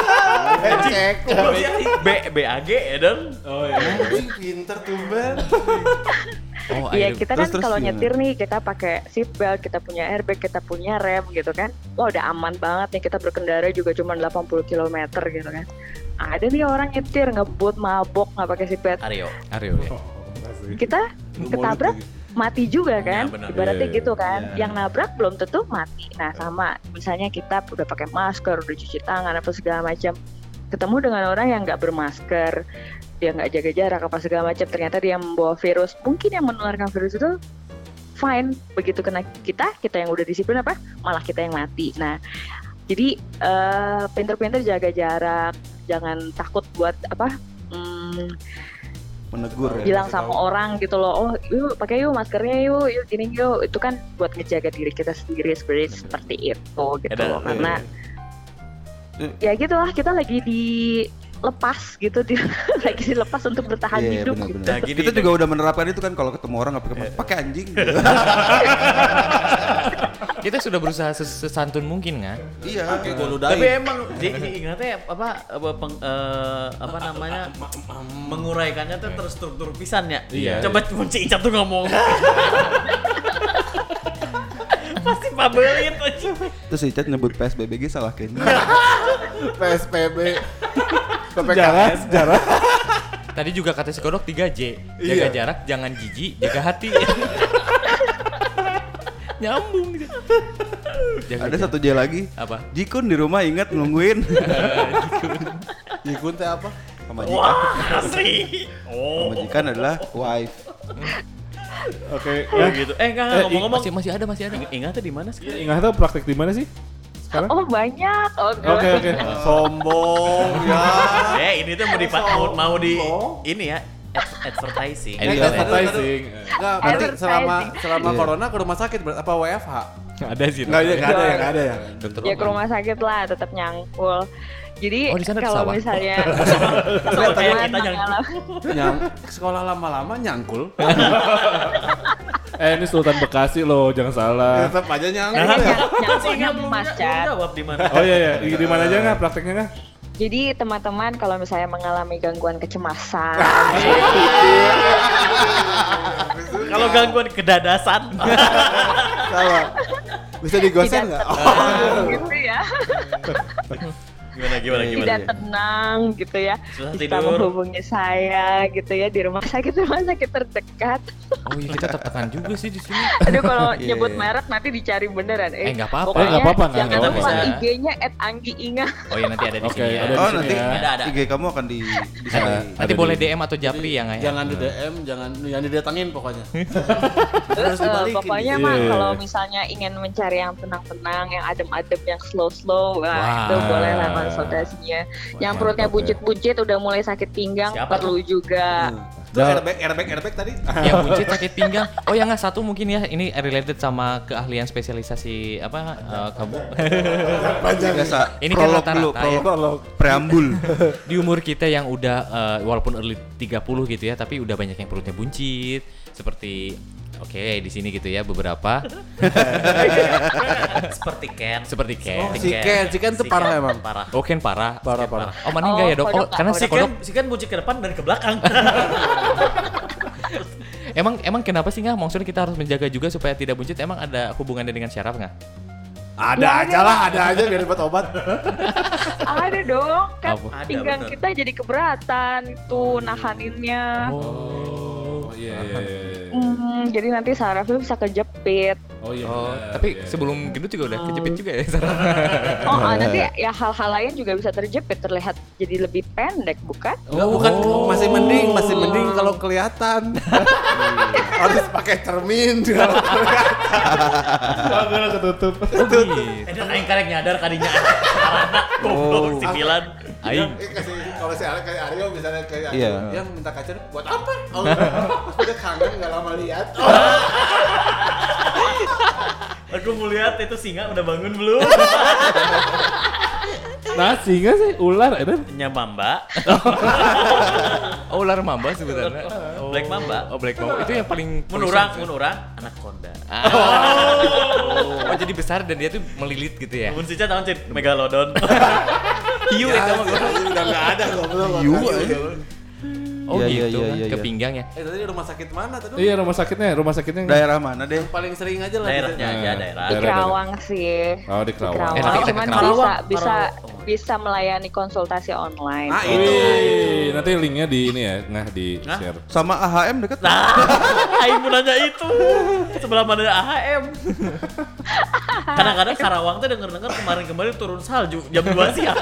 B, B A G ya dong. Oh iya. Anjing pinter tuh Ben. Oh, Iya, air. kita kan Terus- terus kalau gimana? nyetir nih, kita pakai seat belt, kita punya airbag, kita punya rem gitu kan. Wah, udah aman banget nih, kita berkendara juga cuma delapan puluh kilometer gitu kan. Ada nih orang nyetir ngebut, mabok, nggak pakai seat belt. Aryo. Aryo ya. Kita ketabrak mati juga kan, Ya, benar. ibaratnya Iya, gitu kan. iya. Yang nabrak belum tentu mati. Nah, sama misalnya kita udah pakai masker, udah cuci tangan apa segala macam, ketemu dengan orang yang nggak bermasker, dia nggak jaga jarak apa segala macam, ternyata dia membawa virus, mungkin yang menularkan virus itu fine, begitu kena kita, kita yang udah disiplin apa, malah kita yang mati. Nah, jadi eh, pinter-pinter jaga jarak, jangan takut buat apa, hmm, Menegur ya. bilang sama orang gitu loh, oh yuk pakai yuk maskernya yuk, yuk gini yuk, itu kan buat ngejaga diri kita sendiri sebenarnya seperti itu gitu Ada- loh, karena iya. ya gitulah, kita lagi dilepas gitu, di, lagi dilepas untuk bertahan Iya, hidup benar, gitu. benar. Nah, gini, Kita gini. juga udah menerapkan itu kan, kalau ketemu orang nggak pakai masker, pakai anjing. Kita sudah berusaha ses- sesantun mungkin kan? Iya. Pakai gue Tapi ludahin. emang di, di ingatnya apa apa peng- eh, apa namanya menguraikannya tuh terstruktur pisan ya. Iya. Coba kunci Ica tuh ngomong. Pasti pabelit anjing. Terus si Icat nyebut P S B B G salah kayaknya. P S B B. Jarak, jarak. Tadi juga kata psikolog tiga J. Jaga jarak, jangan jijik, jaga hati. Nyambung gitu. Jaga Ada jarak. satu J lagi. Apa? Jikun di rumah ingat nungguin. Jikun teh apa? Pemajikan. Asli. Oh. Pemajikan adalah wife. Oke. Oh gitu. Eh enggak Eh, ngomong-ngomong. Masih masih ada, masih ada. Ingat tuh di mana sih? Ingat tuh praktek di mana sih? Sekarang? Oh banyak. Oh, Oke, oke. Sombong ya. Eh ini tuh mau di mau, mau di ini ya ad- advertising. Eh, Enggak, Advertising. Enggak, berarti Advertising. selama selama Iya. corona ke rumah sakit ber- apa W F H? Ada sih. Enggak ada, enggak ada ya, enggak ada ya. Dokter Ya ke rumah sakit lah, tetap nyangkul. Jadi Oh, di sana ada kalau sawah. misalnya Sama kayak teman kita yang mengalami Nyang, sekolah lama-lama nyangkul. Eh, ini Sultan Bekasi loh, jangan salah. Tetap aja nyangkul. Nyang- ya. nyangkulnya belum emas, belum Cat. jawab di mana. Oh iya ya, di, di mana aja nggak prakteknya nggak? Jadi teman-teman kalau misalnya mengalami gangguan kecemasan, Kalau gangguan kedadasan. Sama. Bisa digosen tidak enggak? tenang gitu ya, Gimana gimana gimana. tidak tenang gitu ya, Susah bisa tidur. menghubungi saya gitu ya di rumah sakit rumah sakit terdekat. Oh iya, kita tertekan juga sih di sini. Aduh kalau Iya, nyebut iya. merek nanti dicari beneran. Eh, nggak apa-apa. Pokoknya Eh, nggak apa-apa, nggak jangan apa-apa. lupa Bisa. I G-nya at Anggi Inga. Oh iya, nanti ada di Oke, sini ya. ada di Oh sini nanti ya. Ada, ada. I G kamu akan di di Eh, sana. nanti ada boleh di- D M atau Japri ya nggak ya? Jangan di D M, jangan yang didatangin pokoknya. Harus Eh, dibalikin. pokoknya Iya, mah iya, kalau iya. misalnya ingin mencari yang tenang-tenang, yang adem-adem, yang slow-slow, wah Wah. itu boleh lah konsultasinya. Yang perutnya mantap ya. buncit-buncit udah mulai sakit pinggang Siapa perlu juga. Tuh airbag, airbag, airbag tadi. Yang buncit sakit pinggang. Oh ya nggak, satu mungkin ya, ini related sama keahlian spesialisasi apa eh, kamu. Biasa Ini kan prolog rata-rata dulu, ya. prolog. Preambul. Di umur kita yang udah eh, walaupun early tiga puluh gitu ya, tapi udah banyak yang perutnya buncit seperti oke di sini gitu ya beberapa Seperti Ken. seperti Ken. Oh, si Ken, si Ken tuh parah emang. Parah. Oh Ken parah. Parah, parah. Oh mana enggak Oh, ya dok? Oh kodok, karena kodok. Si psikolog. Ken, si Ken buncit ke depan dan ke belakang. Emang emang kenapa sih nggak? Maksudnya kita harus menjaga juga supaya tidak buncit. Emang ada hubungannya dengan syaraf nggak? Ada aja lah, ada aja biar dapat obat. Ada dong, kan Apa? Ada, pinggang bener. kita jadi keberatan itu nahaninnya. Oh iya iya iya. Hmm, jadi nanti sarafnya bisa kejepit. Oh iya. Oh, benar, tapi iya. sebelum gendut juga udah kejepit juga ya syaraf. Oh, ah, nanti ya hal-hal lain juga bisa terjepit, terlihat jadi lebih pendek, bukan? Enggak, bukan masih mending, masih mending kalau kelihatan. Harus pakai cermin. Oh, gue udah ketutup. Oh, gitu. Eh, dan aing karek nyadar kadinya anak goblok si Milan. Aing. Kasih kalau si Aryo kayak Aryo misalnya kayak Iya. yang minta kacer buat apa? Oh, udah kangen enggak lama lihat. Aku mau lihat itu singa udah bangun belum? Nah, singa sih ular itu. Nyamamba. Oh ular mamba sebenarnya. Oh. Black mamba. Oh black mamba itu yang paling Menurang, menurang, anaconda. Oh jadi besar dan dia tuh melilit gitu ya. Mun sica tahun cit megalodon. Hiu itu mah. Udah enggak ada goblok. Hiu, Oh Iya, gitu iya, kan, iya, ke iya. pinggang ya. Eh tadi rumah sakit mana tadi? Iya, rumah sakitnya, rumah sakitnya. Daerah mana deh? Paling sering aja lah. Daerahnya Nah, aja daerah. Di Daerah- Kerawang sih. Oh, di Di Kerawang. Kerawang. Eh, nanti kita ke Cuman Kerawang. bisa bisa Kerawang. bisa melayani konsultasi online. Ah, itu. Wih, nanti linknya di ini ya, nah di Hah? share. Sama A H M dekat. Nah, aing mau nanya itu. Sebelah mana A H M? Kadang-kadang Karawang tuh denger-denger kemarin-kemarin turun salju jam dua siang.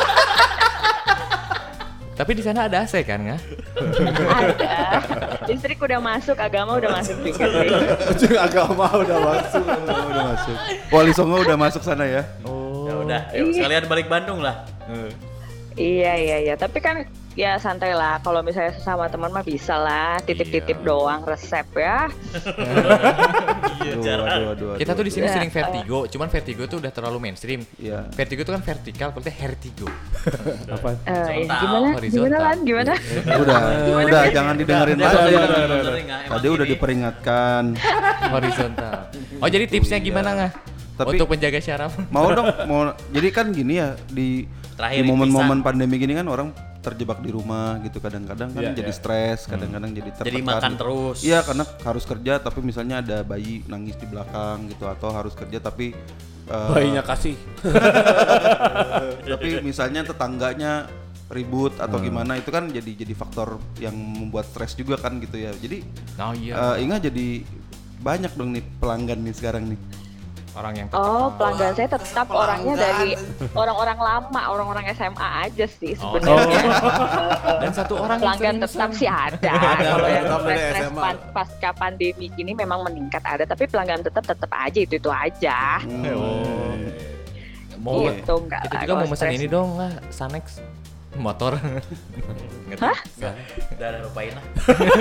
Tapi di sana ada A C kan nggak? Ada. Listrik udah masuk, agama udah masuk juga sih. Ujung agama udah masuk. udah masuk. Wali Songo udah masuk sana ya. Ya udah, ayo sekalian balik Bandung lah. Iya iya iya, tapi kan ya santai lah. Kalau misalnya sesama teman mah bisa lah, titip-titip doang resep ya. Iya, Aduh, jarang. aduh, aduh, Kita tuh di sini Ya, sering vertigo, cuman vertigo tuh udah terlalu mainstream. Iya. Vertigo tuh kan vertikal, berarti vertigo. Apa? Eh, ya, Horizontal. gimana? Horizontal. Gimana lan? Gimana? Udah, udah jangan didengerin Udah, lagi. udah, udah, udah, udah, udah, udah. Tadi udah diperingatkan. Horizontal. Oh jadi tipsnya gimana nggak? Tapi- Untuk menjaga syaraf? Mau dong, mau. Jadi kan gini ya di Terakhir di momen-momen pandemi gini kan orang terjebak di rumah gitu, kadang-kadang kan Iya, jadi iya. stres, kadang-kadang jadi tertekan. Jadi makan gitu. terus. Iya, karena harus kerja tapi misalnya ada bayi nangis di belakang gitu, atau harus kerja tapi eh, Bayinya kasih. tapi misalnya tetangganya ribut atau gimana itu kan jadi jadi faktor yang membuat stres juga kan gitu ya. Jadi Oh iya. eh, Inga jadi banyak dong nih pelanggan nih sekarang nih. Orang yang tetap. Oh, pelanggan saya tetap orangnya dari orang-orang lama, orang-orang S M A aja sih sebenarnya. Dan satu orang yang Pelanggan sering tetap pesan. sih ada. Kalau yang tetap dari stres S M A. pas- pasca pandemi gini memang meningkat ada, tapi pelanggan tetap tetap aja itu itu aja. Oh. Mau Gitu enggak kita lah, juga mau kalau pesan stres. ini dong lah, Sanex motor. Hah? Udah lupain lah.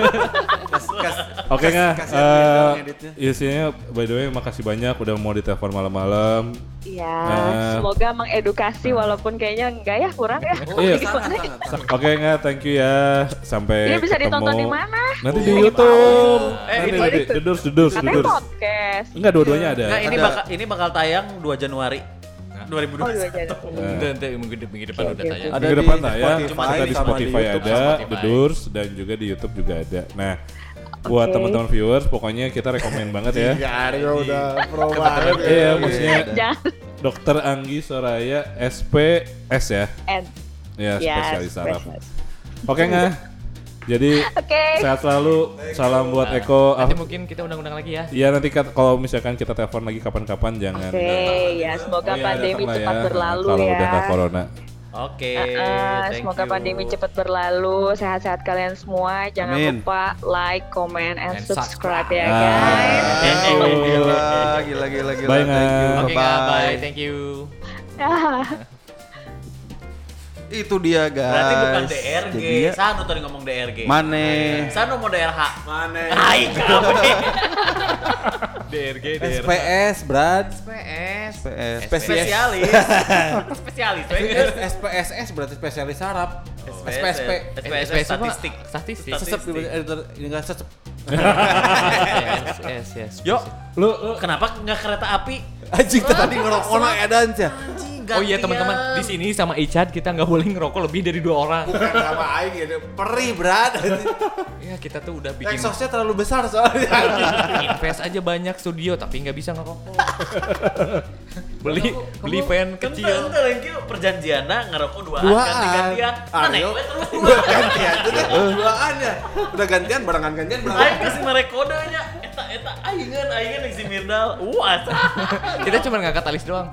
Oke nggak? kasihan Eh, dong editnya. Isinya by the way makasih banyak udah mau ditelepon malam-malam. Iya, Eh. semoga mengedukasi walaupun kayaknya enggak ya, kurang ya. Iya. Gimana ya? Oke nggak? Thank you ya. Sampai Ini bisa ketemu. ditonton di mana? Nanti di YouTube. Eh, Nanti ini- di The Doors, The Doors, The Katanya Doors. podcast. Enggak, dua-duanya ada. Enggak, ini Ada. bakal ini bakal tayang dua Januari dua ribu dua Oh puluh. iya, jadi. Nanti nanti minggu de- minggu depan Oke, udah oke, tayang. oke. Ada Minggu di depan tayang, Spotify kita di sama di Spotify YouTube ada, sama The Spotify. Doors dan juga di YouTube juga ada. Nah, buat Oke. teman-teman viewers, pokoknya kita rekomen banget ya. Aryo udah pro banget. Iya, maksudnya Jangan Dokter Anggi Soraya S P S ya. end. Ya, Yes, spesialis saraf. spesialis. Oke nggak? Jadi Oke. sehat selalu. Salam buat Eko. Ah, Nanti mungkin kita undang-undang lagi ya. Iya nanti kat- kalau misalkan kita telepon lagi kapan-kapan jangan. Oke, ya semoga Oh iya, pandemi datang lah cepat ya, berlalu kalau ya. udah nggak corona. Oke, Uh-uh, thank semoga you. pandemi cepat berlalu, sehat-sehat kalian semua. Jangan Amin. lupa like, comment, and, And subscribe, subscribe. ya Ah, guys. thank you. Gila, gila, gila, gila. Bye, Thank you. Nga. Oke, nggak, bye. Thank you. Itu dia guys. Berarti bukan D R G. Jadi ya, Sanu tadi ngomong D R G. Mane. Sanu mau D R H. Mana? Hai, kamu. D R G, S P S, Brad. S P S. P S. Spesialis. Spesialis. S P S S berarti spesialis saraf. S P S P. S P S statistik. Statistik. Sesep ini enggak sesep. Yes, yes, yes. Yuk, Lu, lu kenapa nggak kereta api? Anjing tadi ngerokok edan sih. Anjing, Oh iya gantian. teman-teman, di sini sama Ichad kita nggak boleh ngerokok lebih dari dua orang. Bukan sama aing ya, perih, Brad. Ya kita tuh udah bikin Exhaustnya terlalu besar soalnya. invest aja banyak studio tapi nggak bisa ngerokok. beli beli fan kecil. Kecil. Ente lagi perjanjianna ngerokok duaan, Duaan. ganti-gantian. Mana Aryo. gue terus Udah gantian, duaan ya. Udah gantian barengan gantian barengan. Aing kasih merek kodenya. Eta eta aingan aingan yang si Mirdal. Wah. Kita cuma ngangkat alis doang.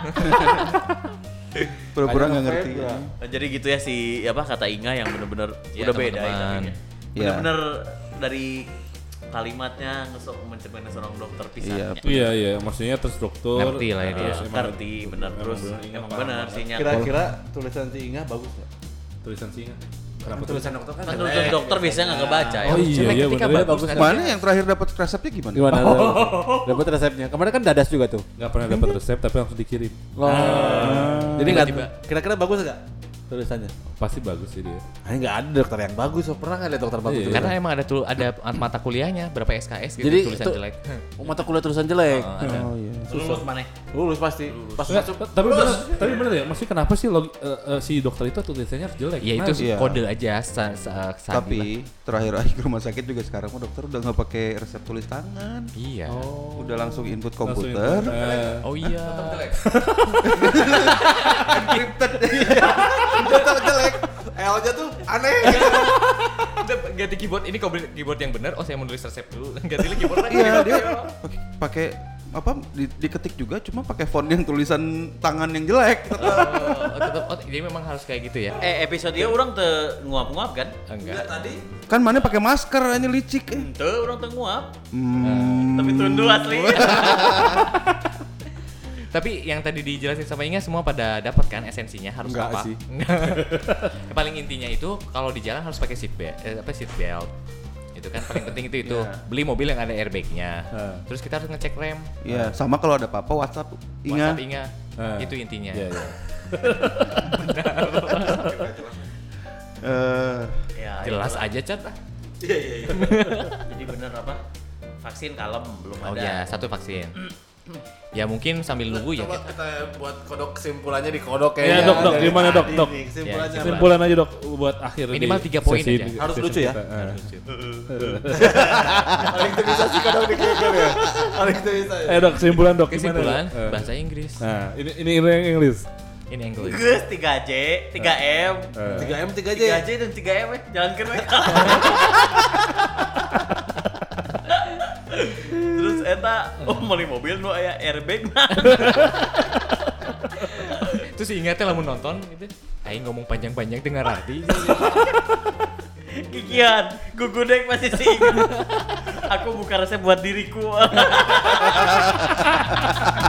Pura-pura nggak ngerti. Nah, jadi gitu ya si apa kata Inga yang bener-bener Ya, udah beda ya teman-teman. katanya. Iya. Bener-bener dari kalimatnya ngesok mencerminkan seorang dokter pisan. Iya, iya iya maksudnya terstruktur. Ngerti lah ya dia. terus emang- Ngerti bener terus bener, Inga emang paham bener banget. sih nya. Kira-kira tulisan si Inga bagus nggak? Tulisan singa. Kenapa Tulisan dokter kan Kan tulisan dokter biasanya nggak kebaca ya. Oh iya Jelek iya ketika bener ya. bagus. bagus. Mana yang terakhir dapat resepnya gimana? Gimana? Dapat resepnya. Kemarin kan dadas juga tuh. Nggak pernah dapat resep tapi langsung dikirim. Oh. Jadi nggak Tiba-tiba. kira-kira bagus nggak tulisannya? Pasti bagus sih dia. Ah nggak ada dokter yang bagus. Oh, pernah nggak ada dokter bagus? Iya. tulisannya? Karena emang ada tul ada mata kuliahnya berapa S K S gitu Jadi tulisan itu- jelek. Oh, mata kuliah tulisan jelek. Oh, ada. Oh iya. Lulus mana? Lulus pasti. Pas Nggak, masuk. tapi bener, tapi bener ya. Maksudnya kenapa sih log, eh, eh, si dokter itu tulisannya harus jelek? Ya itu Kenapa? Iya. kode aja sa, sa, sandi lah. Tapi terakhir aja ke rumah sakit juga sekarang mah dokter udah nggak pakai resep tulis tangan. Iya. Udah langsung input Langsung komputer. input, eh, Oh iya. Encrypted. Tetap jelek. L-nya tuh aneh. Udah ganti keyboard ini keyboard keyboard yang benar. Oh saya menulis resep dulu. Ganti lagi keyboard lagi. Iya dia pakai- pakai apa di, diketik juga cuma pakai font yang tulisan tangan yang jelek. Oh, tetap oh, jadi memang harus kayak gitu ya. Eh episode dia orang teu nguap-nguap kan? Enggak. Kan mana pakai masker hanya licik eh. Teu orang teu nguap. Hmm. Tapi tundu asli. Tapi yang tadi dijelasin sama Inga semua pada dapat kan esensinya harus Enggak apa? sih. Yang paling intinya itu kalau di jalan harus pakai seat belt, eh, apa seat belt. Itu kan paling penting itu itu. Beli mobil yang ada airbagnya. Terus kita harus ngecek rem. Iya, sama kalau ada apa-apa WhatsApp Inga. WhatsApp Inga. Ah. Itu intinya. Iya iya. Eh, Ya, Jelas itulah. aja Cat. Jadi bener apa? Vaksin kalem belum Oh ada. ya, satu vaksin. Ya mungkin sambil nunggu ya Coba kita. kita buat kodok kesimpulannya di kodok Iya, Dok, Dok, gimana, Dok, Dok? Kesimpulannya. Ya, Kesimpulan aja dok buat akhir Minimal di tiga poin sesi aja. ini- Harus sesi lucu ya? kita. Ah. Paling itu bisa sih kodok di keker ya. Paling itu bisa. Eh dok, kesimpulan dok gimana? Kesimpulan Dok? Eh. bahasa Inggris. Nah, ini ini ini yang Inggris. Ini angle. Geus tiga J, tiga M, tiga M tiga J. tiga J dan tiga M eh jalankeun we. Terus eta oh meuli mobil nu aya airbag nah. Terus ingatnya lamun nonton gitu. Aing ngomong panjang-panjang dengan Radi. Kikian, gugudek masih sih ingat. Aku buka resep buat diriku.